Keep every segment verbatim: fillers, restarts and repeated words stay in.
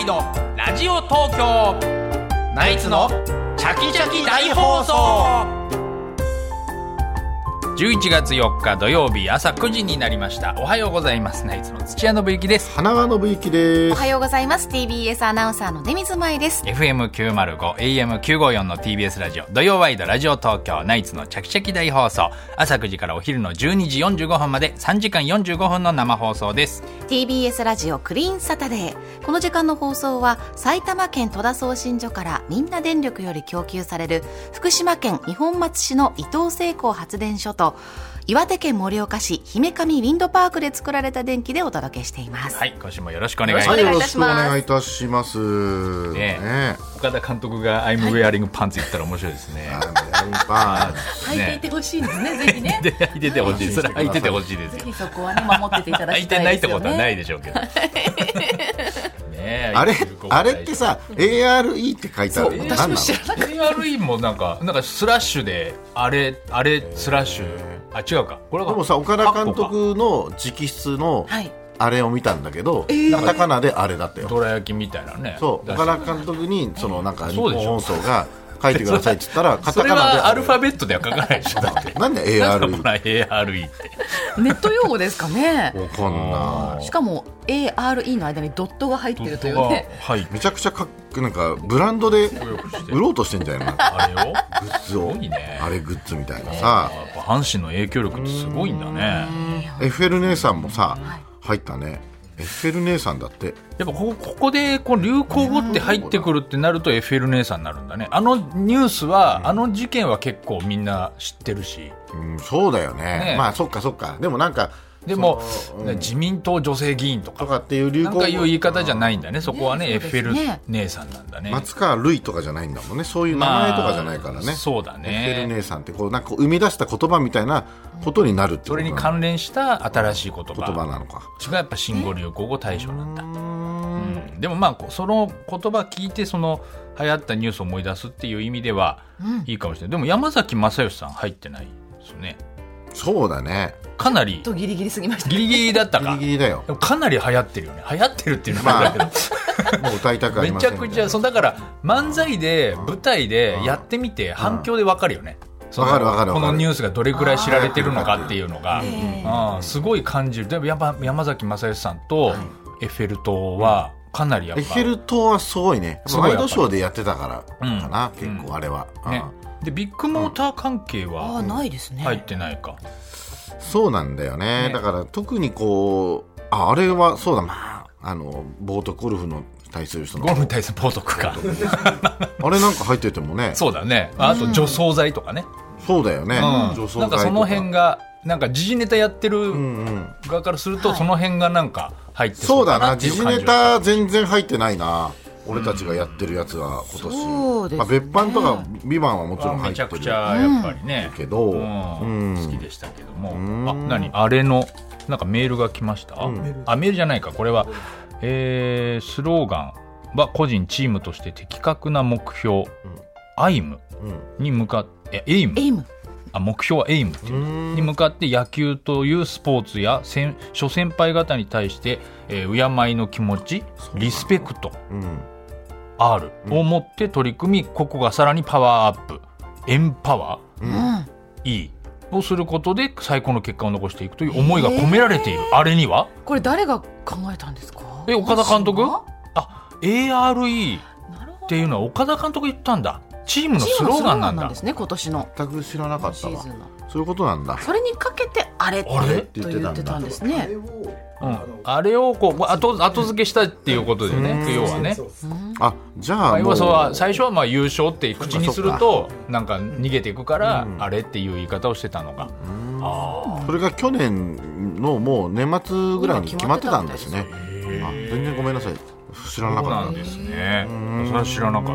イドラジオ東京ナイツのチャキチャキ大放送。じゅういちがつよっか土曜日朝くじになりました。おはようございます。ナイツの土屋信之です。 花輪信之です。 おはようございます。 ティービーエス アナウンサーの出水舞です。 エフエムきゅうまるご エーエムきゅうごよん の ティービーエス ラジオ土曜ワイドラジオ東京ナイツのチャキチャキ大放送。朝くじからお昼のじゅうにじよんじゅうごふんまでさんじかんよんじゅうごふんの生放送です。 ティービーエス ラジオクリーンサタデー。この時間の放送は埼玉県戸田送信所からみんな電力より供給される福島県二本松市の伊東製鋼発電所と岩手県盛岡市姫上ウィンドパークで作られた電気でお届けしています。 はい、今週もよろしくお願いします。 はい、よろしくお願いいたします、 ねね、 岡田監督が I'm wearing pants 言ったら面白いですね。 パ履いていてほしいんですね、ぜひね。 履いててほしい。それ履いててほしいですよ。 ぜひそこはね守ってていただきたいですよね。 履いてないってことはないでしょうけど。ね、 あれあれってさ エーアールイー って書いてあるの。 私も知らなかった。 エーアールイー もなんかなんかスラッシュであれあれスラッシュ、あ違うかこれがでもさ岡田監督の直筆のあれを見たんだけど、 えー、 カタカナであれだったよ。 どら焼きみたいなね。 そう岡田監督にそのなんか日本放送が書いてくださいって言ったらカタカナでそれはアルファベットでは書かないでしょ。だってなんで エーアールイーなんか エーアールイー ってネット用語ですかね。 わかんない。 しかも エーアールイー の間にドットが入ってるというね。 はい、 めちゃくちゃかなんかブランドで売ろうとしてんじゃないの。 あれをグッズを、 ね、 あれグッズみたいなさ。 やっぱ阪神の影響力ってすごいんだね。 エッフェル姉さんもさ入ったね。エッフェル姉さんだって。 やっぱここ、ここでこう流行語って入ってくるってなるとエッフェル姉さんになるんだね。あのニュースは、うん、あの事件は結構みんな知ってるし、 うん、そうだよ ね, ね。まあそっかそっか。でもなんかでも、うん、自民党女性議員とかとかっていう流行語なんかいう言い方じゃないんだね。そこはね、ねエッフェル姉さんなんだね。 松川るいとかじゃないんだもんね。そういう名前とかじゃないからね、まあ、 そうだね。 エッフェル姉さんってこうなんか生み出した言葉みたいなことになるってこと。 それに関連した新しい言葉言葉なのか。 それがやっぱ新語・流行語大賞なんだ。うん、でもまあその言葉聞いてその流行ったニュースを思い出すっていう意味ではいいかもしれない、うん、でも山崎正義さん入ってないですよね。 そうだね。 かなりとギリギリすぎました、ね、 ギリギリだったか。 ギリギリだよ。 でもかなり流行ってるよね。流行ってるっていうのもあるけど、 まあ、もう歌いたくありません、ね、 めちゃくちゃそうだから漫才で舞台でやってみて反響で分かるよね。 わかるわかる。 このニュースがどれくらい知られてるのかっていうのがあすごい感じる。でもやっぱ山崎正義さんとエッフェル塔はかなりやっぱエッフェル塔はすごいね。ワイドショーでやってたからかな、うん、結構あれは、 うんね、でビッグモーター関係は、 うん、ないですね。 入ってないか。 そうなんだよ ね, ね。だから特にこう あ, あれはそうだ、まあ、あの冒涜ゴルフの対する人のゴルフに対する冒涜かあれなんか入っててもね。 そうだね。あと除草剤とかね、 うん、そうだよね、 うん、除草剤とかなんかその辺がなんか時事ネタやってる側からすると、うんうん、その辺がなんか入ってそうだなっていう感じ。 そうだな。時事ネタ全然入ってないな。俺たちがやってるやつは今年、 そうですね。 まあ、別班とかビバンはもちろん入ってるめちゃくちゃやっぱりね、 うん、けど、 うんうん、 好きでしたけども、あ、何あれのなんかメールが来ました、うん、あメールじゃないかこれは、えー、スローガンは個人チームとして的確な目標、うん、アイムに向かってエイムエイムあ目標はエイムっていうに向かって野球というスポーツや先諸先輩方に対して、えー、敬いの気持ちリスペクト、うん、R を持って取り組み、ここがさらにパワーアップエンパワー、うん、E をすることで最高の結果を残していくという思いが込められている、あれにはこれ誰が考えたんですか。 え岡田監督。あ エーアールイー っていうのは岡田監督言ったんだ。チームのスローガンなんだ。 なんですね今年の。 全く知らなかったわ。そういうことなんだ。 それにかけてあれって言ってたんですね。 うん、あれをこう 後, 後付けしたっていうことでね、要はね。 あじゃあもう最初はまあ優勝って口にするとなんか逃げていくから、うん、あれっていう言い方をしてたのが、 あそれが去年のもう年末ぐらいに決まってたんですね。あ全然ごめんなさい知らなかった。 そうなんですね。それは知らなかった。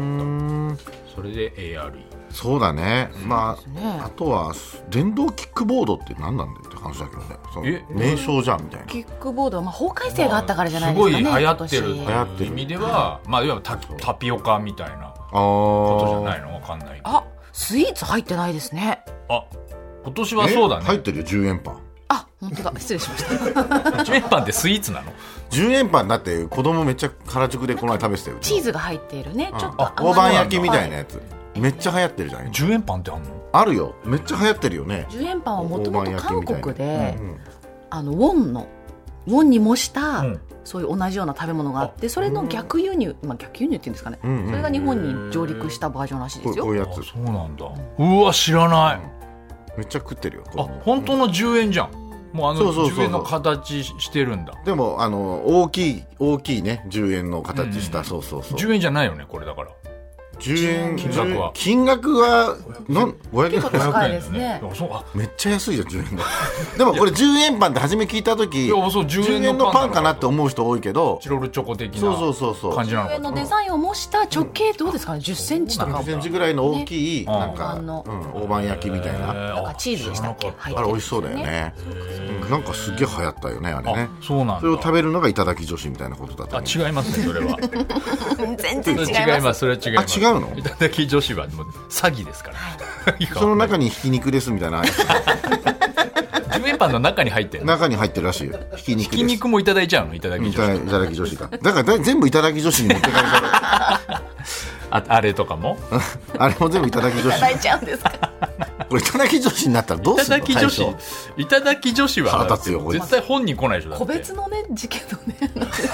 それで エーアールイー。 そうだね。まあ、あとは電動キックボードって何なんだよって話だけどね。その名称じゃんみたいな。 キックボードはまあ法改正があったからじゃないですかね。 すごい流行ってる。流行ってる意味では、まあいわば タ, タピオカみたいなことじゃないのわかんないけど。 あスイーツ入ってないですね。 あ今年はそうだね。 入ってるよじゅうえんパン。 あ本当だ、失礼しましたじゅうえんパンってスイーツなの？ じゅうえんパンだって子供めっちゃ原宿でこの前食べてたよ。 チーズが入っているね、 うん、 ちょっと大判焼きみたいなやつ、めっちゃ流行ってるじゃない。 じゅうえんパンってあんの？ あるよ、めっちゃ流行ってるよね。 じゅうえんパンはもともと韓国で、 うん、 あのウォンのウォンに模した、うん、そういう同じような食べ物があって、それの逆輸入、まあ、逆輸入っていうんですかね、うんうん、それが日本に上陸したバージョンらしいですよ。 こういうやつ。 そうなんだ、うん、うわ知らない、 めっちゃ食ってるよ。 あ、本当のじゅうえんじゃん。もうあのじゅうえんの形してるんだ。 でもあの大きい大きいねじゅうえんの形した、うん、そうそうそう。 じゅうえんじゃないよねこれだから。 じゅうえん金額は金額はなんごひゃくえん。 結構高いですね。 めっちゃ安いじゃんじゅうえんだ。でもこれじゅうえんパンって初め聞いた時、いやそうじゅうえんのパンかなって思う人多いけど、 チロルチョコ的な感じなのかな。 じゅうえんのデザインを模した直径どうですかね、じゅっセンチとか。 じゅっセンチぐらいの大きい、ね、なんか、うん、大判焼きみたいな。 なんかチーズでしたっけ。 あれ美味しそうだよね。うん、なんかすげえ流行ったよねあれね。 そうなんだ。 それを食べるのが頂き女子みたいなことだと思う。 あ、違いますねそれは。 全然違います。 違います。それは違います。 あ、違うの？ 頂き女子はもう詐欺ですから。 その中にひき肉ですみたいな。じゅうえんパンの中に入ってる。 中に入ってるらしいよ。ひき肉です。 ひき肉もいただいちゃうの？いただき女子。 いただき女子が。だから全部いただき女子に持ってかれちゃう。 あ, あれとかもあれも全部いただき女子。 いただいちゃうんですか。 これいただき女子になったらどうするの？ いただき女子、いただき女子は腹立つよ。 絶対本人来ないでしょ。 個別のね事件のね。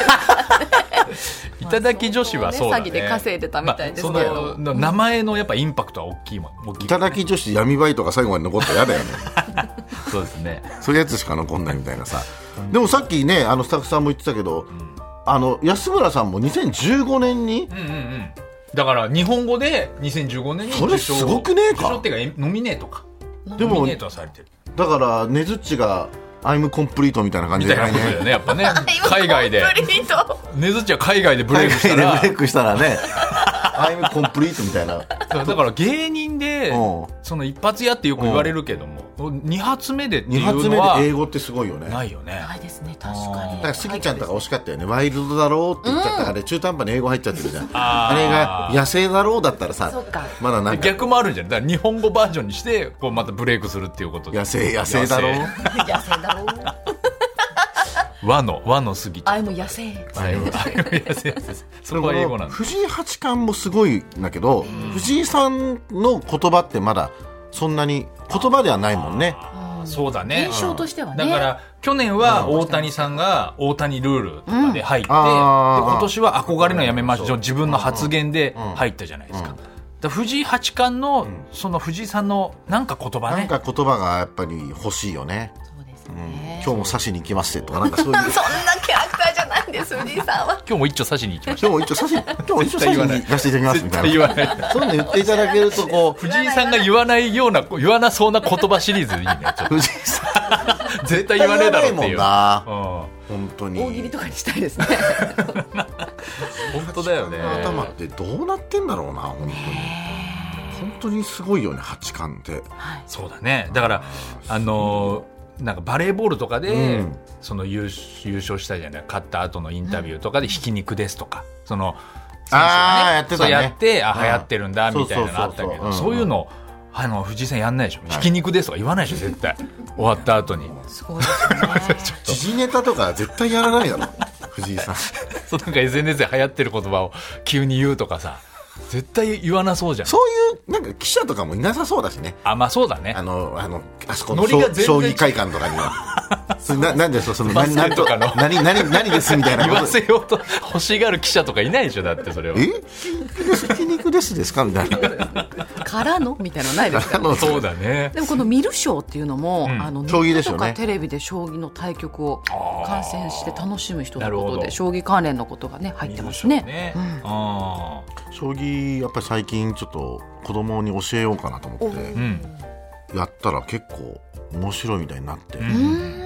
いただき女子はそうだね。 詐欺で稼いでたみたいですけど、 まあ、名前のやっぱインパクトは大きいもん。大きい。 いただき女子闇バイトが最後まで残ったら嫌だよね。 そうですね。 そういうやつしか残んないみたいなさ。でもさっきねあのスタッフさんも言ってたけど、うん、あの安村さんもにせんじゅうごねんに、 うんうんうん、だから日本語でにせんじゅうごねんにそれすごくねえか。 受賞っていうかノミネートか。 でもノミネートはされてる。 だからねずっちがアイムコンプリートみたいな感じで、ね、 みたいなことだよねやっぱね。海外でねずっちは海外でブレイクしたらブレイクしたらねアイムコンプリートみたいな。 だから芸人でその一発屋ってよく言われるけども、二発目でっていうのは二発目で英語ってすごいよね。 ないよね。 ないですね確かに。 だからスギちゃんとか惜しかったよね。ワイルドだろうって言っちゃったから、うん、中途半端に英語入っちゃってるじゃん。 あ, あれが野生だろうだったらさまだなんか逆もあるんじゃん。だから日本語バージョンにしてこうまたブレイクするっていうことで。 野生野生だろう野生だろう和の和のスギちゃん。 あいも野生。 あいも野生。そこは英語なんです。 藤井八冠もすごいんだけど、藤井さんの言葉ってまだそんなに言葉ではないもんね。 そうだね。 印象としてはね。 だから去年は大谷さんが大谷ルールとかで入って、うん、で今年は憧れのやめましょう自分の発言で入ったじゃないですか。うんうん、だ藤井八冠の、うん、その藤井さんのなんか言葉ね。 なんか言葉がやっぱり欲しいよね。うん、今日も刺しに行きますとかなんかそういうそんなキャラクターじゃないんです藤井さんは。 今日も一丁刺しに行きました。 今日も一丁刺し今日も一丁刺しに行かせていただきますみたいな。 言わないそういうの言っていただけるとこう藤井さんが言わないような言わなそうな言葉シリーズいいね。 藤井さん絶対言わねえだろっていう。 な、うん、本当に大喜利とかにしたいですね。 本当だよね。 頭ってどうなってんだろうな本当に。本当にすごいよね八冠って、 はい、そうだね。だからあのーなんかバレーボールとかで、うん、その 優, 優勝したじゃない、勝った後のインタビューとかでひき肉ですとか、その選手が、ね、 あやってたね、 そうやってあ流行ってるんだみたいなのあったけど、そういうのあの藤井さんやんないでしょ、はい、ひき肉ですとか言わないでしょ絶対終わった後に。 すごいですね。 時事ネタとか絶対やらないだろ藤井さん。 そうなんか エスエヌエス で流行ってる言葉を急に言うとかさ絶対言わなそうじゃん。 そういうなんか記者とかもいなさそうだしね。 あまあそうだね。 あのあのあそこの将棋会館とかにはな, なんでそその何何とかの何何何ですみたいな言わせようと欲しがる記者とかいないでしょだってそれは。 えひき肉ですですかみたいなからのみたいなのないですか、 ね、そうだね。 でもこの見る賞っていうのも、うん、あの将棋ですよね。 ネットとかテレビで将棋の対局を観戦して楽しむ人のことで将棋関連のことがね入ってますね。ね、うん、 あ将棋やっぱり最近ちょっと子供に教えようかなと思って、うん、やったら結構面白いみたいになって、うん、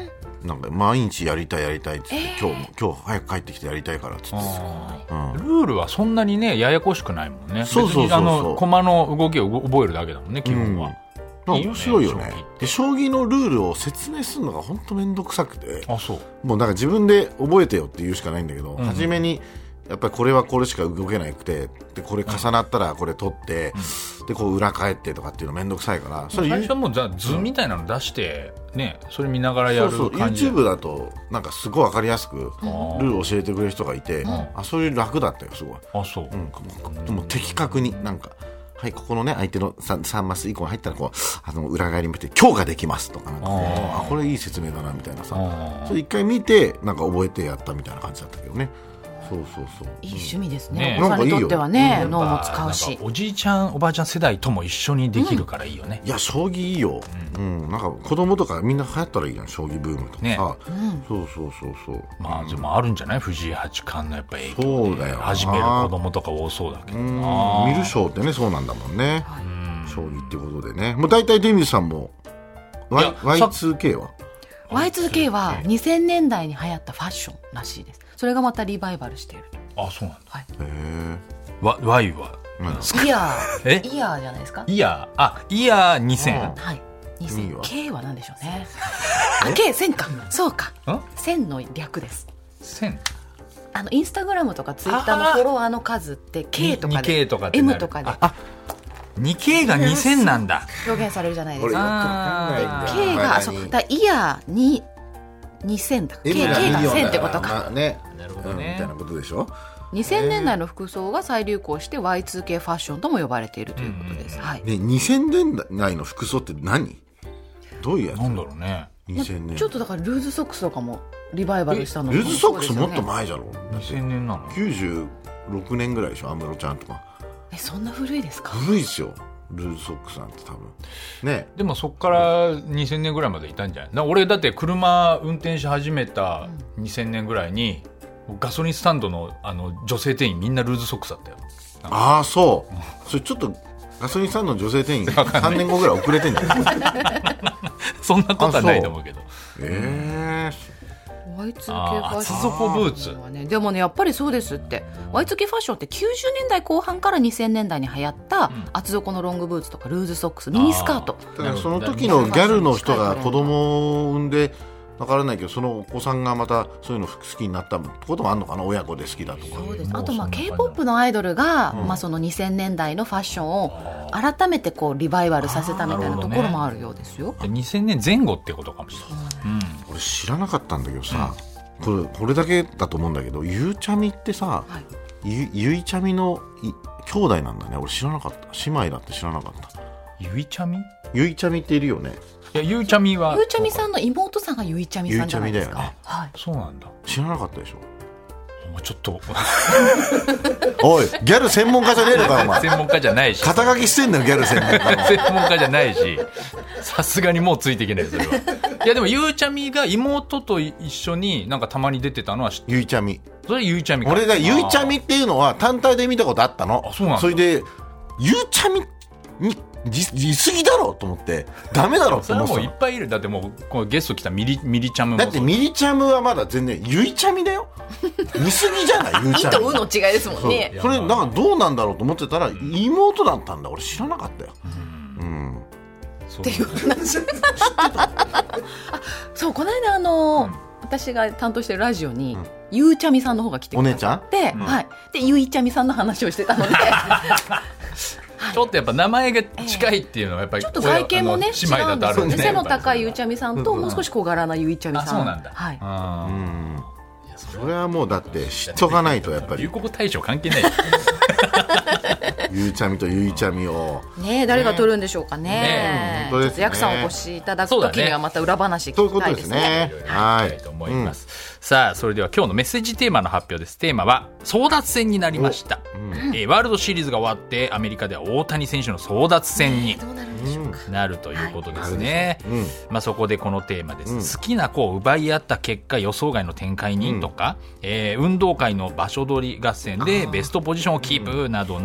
なんか毎日やりたいやりたいっつって、えー、今日も今日早く帰ってきてやりたいからっつって、うん、 ルールはそんなにねややこしくないもんね。 そうそうそうそう、別にあの駒の動きを覚えるだけだもんね基本は、 うん、面白いよね。で将棋のルールを説明するのが本当めんどくさくて、 あそうもうなんか自分で覚えてよって言うしかないんだけど、うん、初めにやっぱりこれはこれしか動けなくてでこれ重なったらこれ取って、うん、でこう裏返ってとかっていうのめんどくさいからそれ最初はもう図みたいなの出して、ね、それ見ながらやる感じ。 そうそう YouTube だとなんかすごい分かりやすくルール教えてくれる人がいて、うん、あそれ楽だったよすごい。 あそう、 うん、もう的確になんかはい、ここのね相手の 3, さんマス以降に入ったらこうあの裏返り見て強化できますとかなんかああこれいい説明だなみたいなさそれ一回見てなんか覚えてやったみたいな感じだったけどね。そうそうそう、 いい趣味ですね。お子さんにとってはね、脳も使うし、 おじいちゃんおばあちゃん世代とも一緒にできるからいいよね、 うん、いや将棋いいよ、うんうん、なんか子供とかみんな流行ったらいいじゃん将棋ブームとかさ、ね、うん、そうそうそうそうまあでもあるんじゃない藤井八冠のやっぱ影響でそうだよ始める子供とか多そうだけどな。見る将ってねそうなんだもんね、はい、将棋ってことでねもう大体デミスさんも ワイツーケー はワイツーケー はにせんねんだいに流行ったファッションらしいです。それがまたリバイバルしている。 あ、そうなんだ。 はい。 へー。ワイは、 うん、イヤーえイヤーじゃないですか。 イヤーあイヤーにせん、 はい。にせん K は何でしょうね。あ K せんかそうかせんの略です。 せんあのインスタグラムとかツイッターのフォロワーの数って K とかでにケー とか M とかであ にケー がにせんなんだ表現されるじゃないですか。 あ K がそうだイヤーににせんだ K, K がせんってことか、 まあね、 なるほどね、 うん、みたいなことでしょ。 にせんねんだいの服装が再流行して ワイツーケー ファッションとも呼ばれているということです、はいね、にせんねんだいの服装って何どういうやつなんだろうね。 にせんねんちょっとだからルーズソックスとかもリバイバルしたのルーズソックスもっと前じゃろ。 にせんねんなのきゅうじゅうろくねんぐらいでしょ安室ちゃんとか。 えそんな古いですか。 古いですよルーズソックスなんて多分ね。 でもそっからにせんねんぐらいまでいたんじゃない。だ俺だって車運転し始めたにせんねんぐらいにガソリンスタンド の, あの女性店員みんなルーズソックスだったよ。 ああそうそれちょっとガソリンスタンドの女性店員さんねんごぐらい遅れてんじゃないそんなことはないと思うけど。 ええーワイツーケー ファッション厚底ブーツ、 ね、でもねやっぱりそうですって ワイツーケー ファッションってきゅうじゅうねんだいこう半からにせんねんだいに流行った厚底のロングブーツとかルーズソックスミニスカート。 だからその時のギャルの人が子供を産んで分からないけどそのお子さんがまたそういうの好きになったこともあるのかな親子で好きだとか。 そうです。あとまあ K-ポップ のアイドルが、うんまあ、そのにせんねんだいのファッションを改めてこうリバイバルさせたみたいなところもあるようですよ、 ね、にせんねんぜん後ってことかもしれない、うん、 俺知らなかったんだけどさ、うん、これ、これだけだと思うんだけどゆうちゃみってさ、はい、ゆ, ゆいちゃみの兄弟なんだね。俺知らなかった。姉妹だって知らなかった。 ゆいちゃみゆいちゃみっているよね。 いやゆうちゃみはゆうちゃみさんの妹さんがゆいちゃみさんじゃないですか。 ゆいちゃみだよね、 はい、 そうなんだ。 知らなかったでしょ。 もうちょっとおいギャル専門家じゃねえのかお前。 専門家じゃないし肩書きしてんだよギャル専門家専門家じゃないしさすがにもうついていけないそれは。いやでもゆうちゃみが妹と一緒になんかたまに出てたのは知ってる。 ゆいちゃみそれゆいちゃみか。 俺がゆいちゃみっていうのは単体で見たことあったの。 あそうなんだ。 それでゆうちゃみに言い過ぎだろうと思ってダメだろうと思ってたの。 それはもういっぱいいる。だってもうこうゲスト来たミリミリチャムもだってミリチャムはまだ全然ゆいちゃみだよ見過ぎじゃないゆいちゃみ。 いとうの違いですもんね。 そ, それなんかどうなんだろうと思ってたら妹だったんだ。俺知らなかったよ。うん、うん、 っていう話そうこの間あの、うん、私が担当してるラジオに、うん、ゆうちゃみさんの方が来てくださって、うんはい、でゆいちゃみさんの話をしてたのでちょっとやっぱ名前が近いっていうのはやっぱり、 えー、ちょっと外見もね姉妹だとあるんでね。背の高いゆうちゃみさんともう少し小柄なゆいちゃみさん。あそうなんだ、 はい、 あうんそれはもうだって知っとかないとやっぱり流行語大賞関係ないゆうちゃみとゆいちゃみをねえ誰が取るんでしょうかね。 ね本当ですね。 ヤクさんお越しいただく時にはまた裏話聞きたいですね。 そういうことですね。はい。 と思います、うん、さあそれでは今日のメッセージテーマの発表です。テーマは争奪戦になりました、うんえー、ワールドシリーズが終わってアメリカでは大谷選手の争奪戦になるということですね、はいうんまあ、そこでこのテーマです、うん、好きな子を奪い合った結果予想外の展開にとか、うんえー、運動会の場所取り合戦でベストポジションをキープなどなど争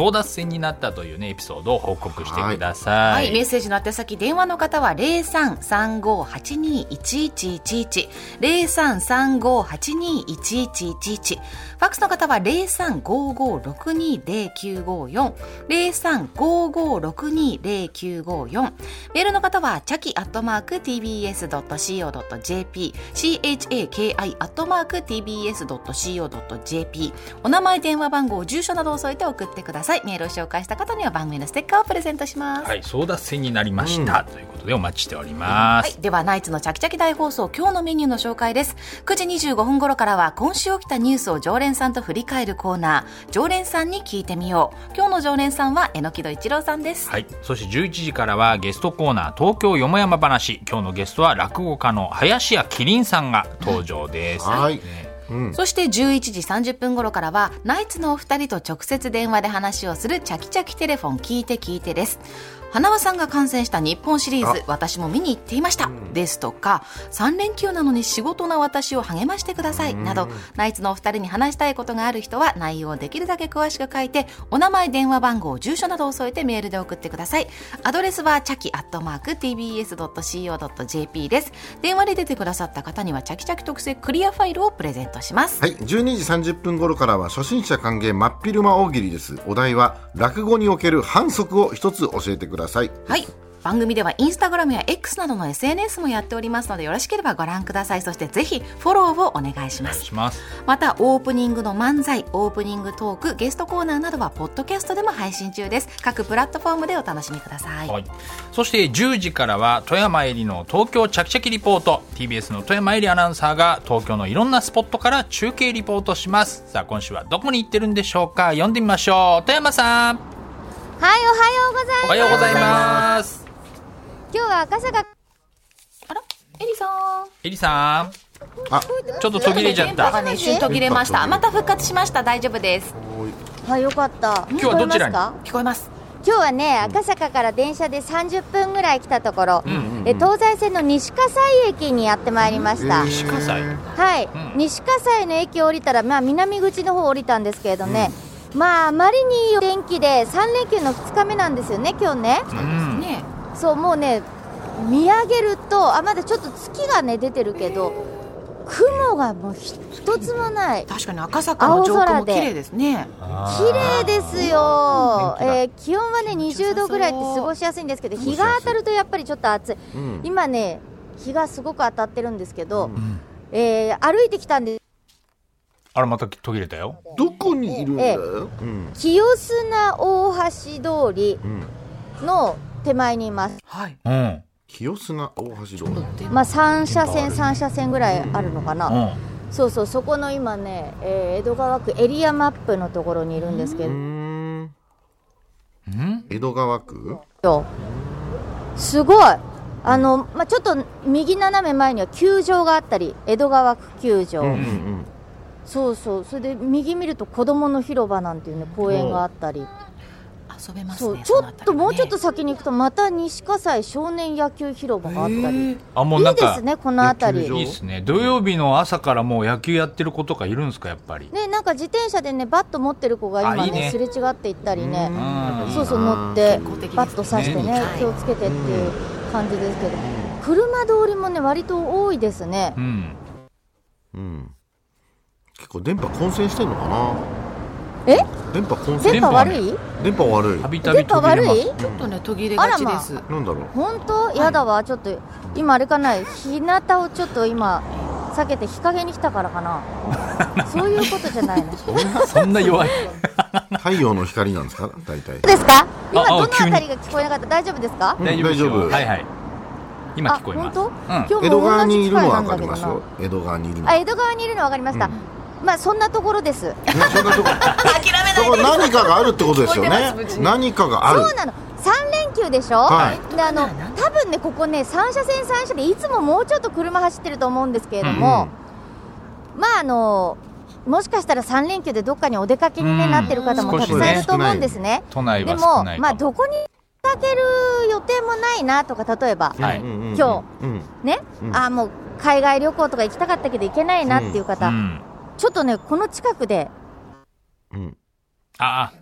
争奪戦になったというねエピソードを報告してください。 はい、メッセージの宛先、電話の方は ゼロさんさんごはちにいちいちいちいち ゼロさんさんごはちにいちいちいちいち、ファックスの方は ゼロさんごごろくにゼロきゅうごよん ゼロさんごごろくにゼロきゅうごよん、メールの方はチャキアットマーク ティービーエスドットシーオードットジェーピー チャキ アットマーク ティービーエスドットシーオードットジェーピー、 お名前、電話番号、住所などを添えて送ってください。メールを紹介した方には番組のステッカーをプレゼントします。 はい、争奪戦になりました、うん、ということでお待ちしております、 はい、ではナイツのチャキチャキ大放送、今日のメニューの紹介です。くじにじゅうごふん頃からは今週起きたニュースを常連さんと振り返るコーナー、常連さんに聞いてみよう。今日の常連さんは榎戸一郎さんです。 はい、そしてじゅういちじからはゲストコーナー、東京よもやま話。今日のゲストは落語家の林家麒麟さんが登場です、 はい、 うん、そしてじゅういちじさんじゅっぷん頃からはナイツのお二人と直接電話で話をするチャキチャキテレフォン聞いて聞いてです。花輪さんが観戦した日本シリーズ、私も見に行っていました、うん、ですとか、さん連休なのに仕事な私を励ましてください、うん、など、ナイツのお二人に話したいことがある人は内容をできるだけ詳しく書いて、お名前、電話番号、住所などを添えてメールで送ってください。アドレスはチャキアットマーク ティービーエスドットシーオードットジェーピー です。電話で出てくださった方にはチャキチャキ特製クリアファイルをプレゼントします。 はい、じゅうにじさんじゅっぷん頃からは初心者歓迎真っ昼間大喜利です。お題は落語における反則を一つ教えてください。 はい、番組ではインスタグラムや X などの エスエヌエス もやっておりますので、よろしければご覧ください。そしてぜひフォローをお願いします。 します。 またオープニングの漫才、オープニングトーク、ゲストコーナーなどはポッドキャストでも配信中です。各プラットフォームでお楽しみください、 はい、そしてじゅうじからは富山えりの東京チャキチャキリポート。 ティービーエス の富山えりアナウンサーが東京のいろんなスポットから中継リポートします。さあ今週はどこに行ってるんでしょうか。読んでみましょう。富山さん。 はい、おはようございます。 おはようございます。 今日は赤坂。 あら、エリさん。 エリさん。あ、ちょっと途切れちゃった。 電波がね、一瞬途切れました。また復活しました。大丈夫です。 はい、よかった。 今日はどちらに？ 聞こえます。 今日はね、赤坂から電車でさんじゅっぷんぐらい来たところ、うんうんうん、え東西線の西葛西駅にやってまいりました。 西葛西。 はい、うん、西葛西の駅を降りたら、まあ南口の方降りたんですけれどね、うん、まああまりにいい天気でさん連休のふつかめなんですよね、今日ね。 うん、ね。 そう、もうね、見上げると、あ、まだちょっと月がね出てるけど、雲がもう一つもない。 確かに赤坂の上空も綺麗ですね。 綺麗ですよ、えー、気温はねにじゅうどぐらいって過ごしやすいんですけど、日が当たるとやっぱりちょっと暑い、うん、今ね日がすごく当たってるんですけど、うん、えー、歩いてきたんで、 あらまた途切れたよ。 どこにいるんだよ、えーうん、清砂大橋通りの手前にいます、 はい、 うん、 清砂大橋通り、 まあ、さん車線さん車線ぐらいあるのかな、うん、そうそう、そこの今ね、えー、江戸川区エリアマップのところにいるんですけど、うーん、 江戸川区すごい、あの、まあ、ちょっと右斜め前には球場があったり、江戸川区球場、うんうんうん、そうそう、それで右見ると子どもの広場なんていう、ね、公園があったり、 遊べますね。 そう、ちょっと、ね、もうちょっと先に行くとまた西葛西少年野球広場があったり、 あ、もうなんかいいですね、この辺り。 いいですね。土曜日の朝からもう野球やってる子とかいるんですか、やっぱりね。なんか自転車でねバット持ってる子が今ね、いいね、すれ違っていったりね、そうそう、乗ってバット刺してね、ね、気をつけてっていう感じですけど、車通りもね割と多いですね、うんうん、結構電波混戦してんのかな。 え、 電波混戦、 電波悪い、 電波悪い、 たびたび途切れます。 ちょっとね途切れがちです。 なんだろう、 本当やだわ、はい、ちょっと今あれかな、日向をちょっと今避けて日陰に来たからかなそういうことじゃないのそんな弱い太陽の光なんですか、大体ですか。今どのあたりが聞こえなかった？大丈夫ですか？ 大丈夫ですよ、はいはい、今聞こえます。 本当、うん、 江戸川にいるのは分かりますよ。江戸川にいるの、 あ、江戸川にいるの分かりました、うん、まあそんなところです。 そんなところ諦めないで。 何かがあるってことですよね。何かがある。 そうなの。さん連休でしょ。はい。で、あの多分ね、ここねさん車線さん車でいつももうちょっと車走ってると思うんですけれども、うん、まああのもしかしたらさん連休でどっかにお出かけに、ね、なってる方もたくさんいると思うんですね。 都内は少ないかも。でもまあどこに出かける予定もないなとか、例えば、はい、今日、うん、ね、うん、あもう海外旅行とか行きたかったけど行けないなっていう方、うん、ちょっとねこの近くで、 うん、ああ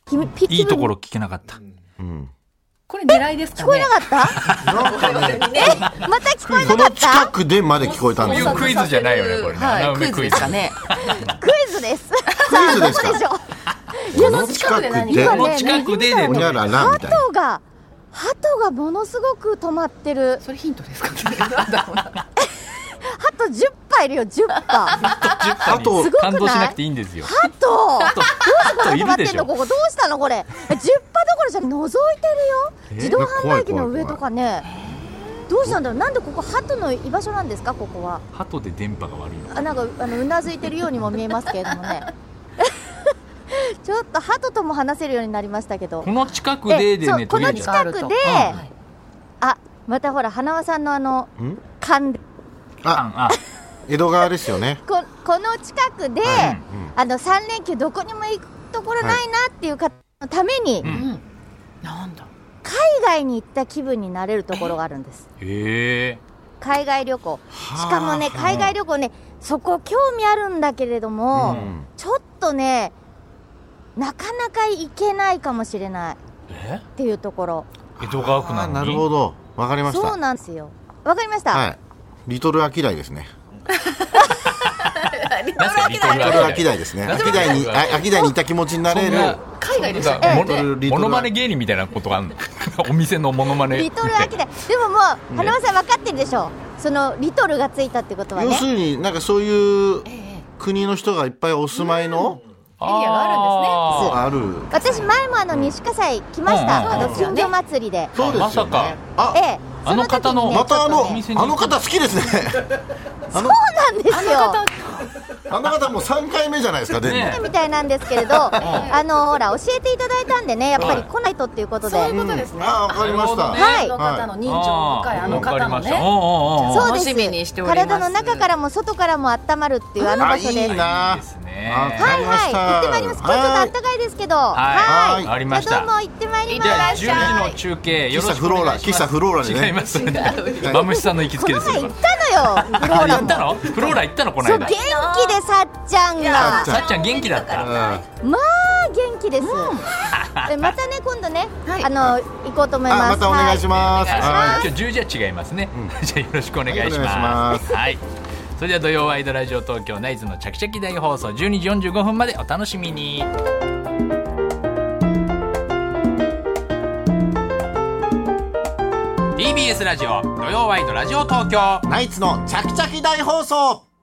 いいところ聞けなかった、 うん、 これ狙いですかね。 聞こえなかったなんかねえまた聞こえなかった。 この近くでまで聞こえたんですよ。 クイズじゃないよねこれね、 はい、クイズですかね。 クイズです。 クイズですか。 どこでしょう。 この近くでこの近くででおにゃららみたいな。 鳩が鳩がものすごく止まってる。 それヒントですかね。なんだろうな。 鳩じゅっぱいいるよ。じゅっぱあと感動しなくていいんですよ。 鳩どうしてここ止まってんの。ここどうしたのこれ。じゅっぱどころじゃ覗いてるよ。自動販売機の上とかね。どうしたんだろう。なんでここ鳩の居場所なんですかここは。 鳩で電波が悪いの。 あなんかあのうなずいてるようにも見えますけれどもね。ちょっと鳩とも話せるようになりましたけど。 この近くででね。 この近くで、うん、あまたほら花輪さんのあの勘で。 あ、江戸川ですよね。 こ, この近くで、はいうん、あのさん連休どこにも行くところないなっていう方のために、はいうん、なんだ海外に行った気分になれるところがあるんです。 へー海外旅行。しかもね海外旅行ねそこ興味あるんだけれども、うん、ちょっとねなかなか行けないかもしれないっていうところ。 江戸川区なのに。 なるほどわかりました。 そうなんですよ。わかりました、はいリトルアキダイですね。 リトルアキダイですね。アキダイにアキダイにいた気持ちになれる。 海外でしたね。 モノマネ芸人みたいなことがあるの。お店のモノマネ。 リトルアキダイ。でももう花輪さん分かってるでしょ。そのリトルがついたってことはね。 要するになんかそういう国の人がいっぱいお住まいのエリアがあるんですね。 ある。 私前もあの西葛西来ました。あの金魚祭りで。 そうですよね。 あ、ええ。あの方のまたあのあの方好きですね。 そうなんですよ。 あの方もさんかいめじゃないですかね。 みたいなんですけれど、あのほら教えていただいたんでね、やっぱり来ないとっていうことで。 そういうことですね。 あ、わかりました。 はい。 あの方の人情深いあの方のね。 そうです。 楽しみにしております。 体の中からも外からも温まるっていうあの場所で。 いいな。 はいはい。行ってまいります。今日ちょっと暖かいですけど。はい。 ありました。 どうも行ってまいります。 じゃあじゅうじの中継よろしくお願いします。 喫茶フローラでね。 違いますね。マムシさんの行きつけですよ。 行ったのよ。フローラ行ったの？フローラ行ったのこの間。 元気でさっちゃんが。 さっちゃん元気だった。 まあ元気です。またね今度ねあの行こうと思います。 またお願いします。 今日じゅうじは違いますね。じゃあよろしくお願いします。はい。それでは土曜ワイドラジオ東京ナイツのチャキチャキ大放送じゅうにじよんじゅうごふんまでお楽しみに。ティービーエス ラジオ土曜ワイドラジオ東京ナイツのチャキチャキ大放送。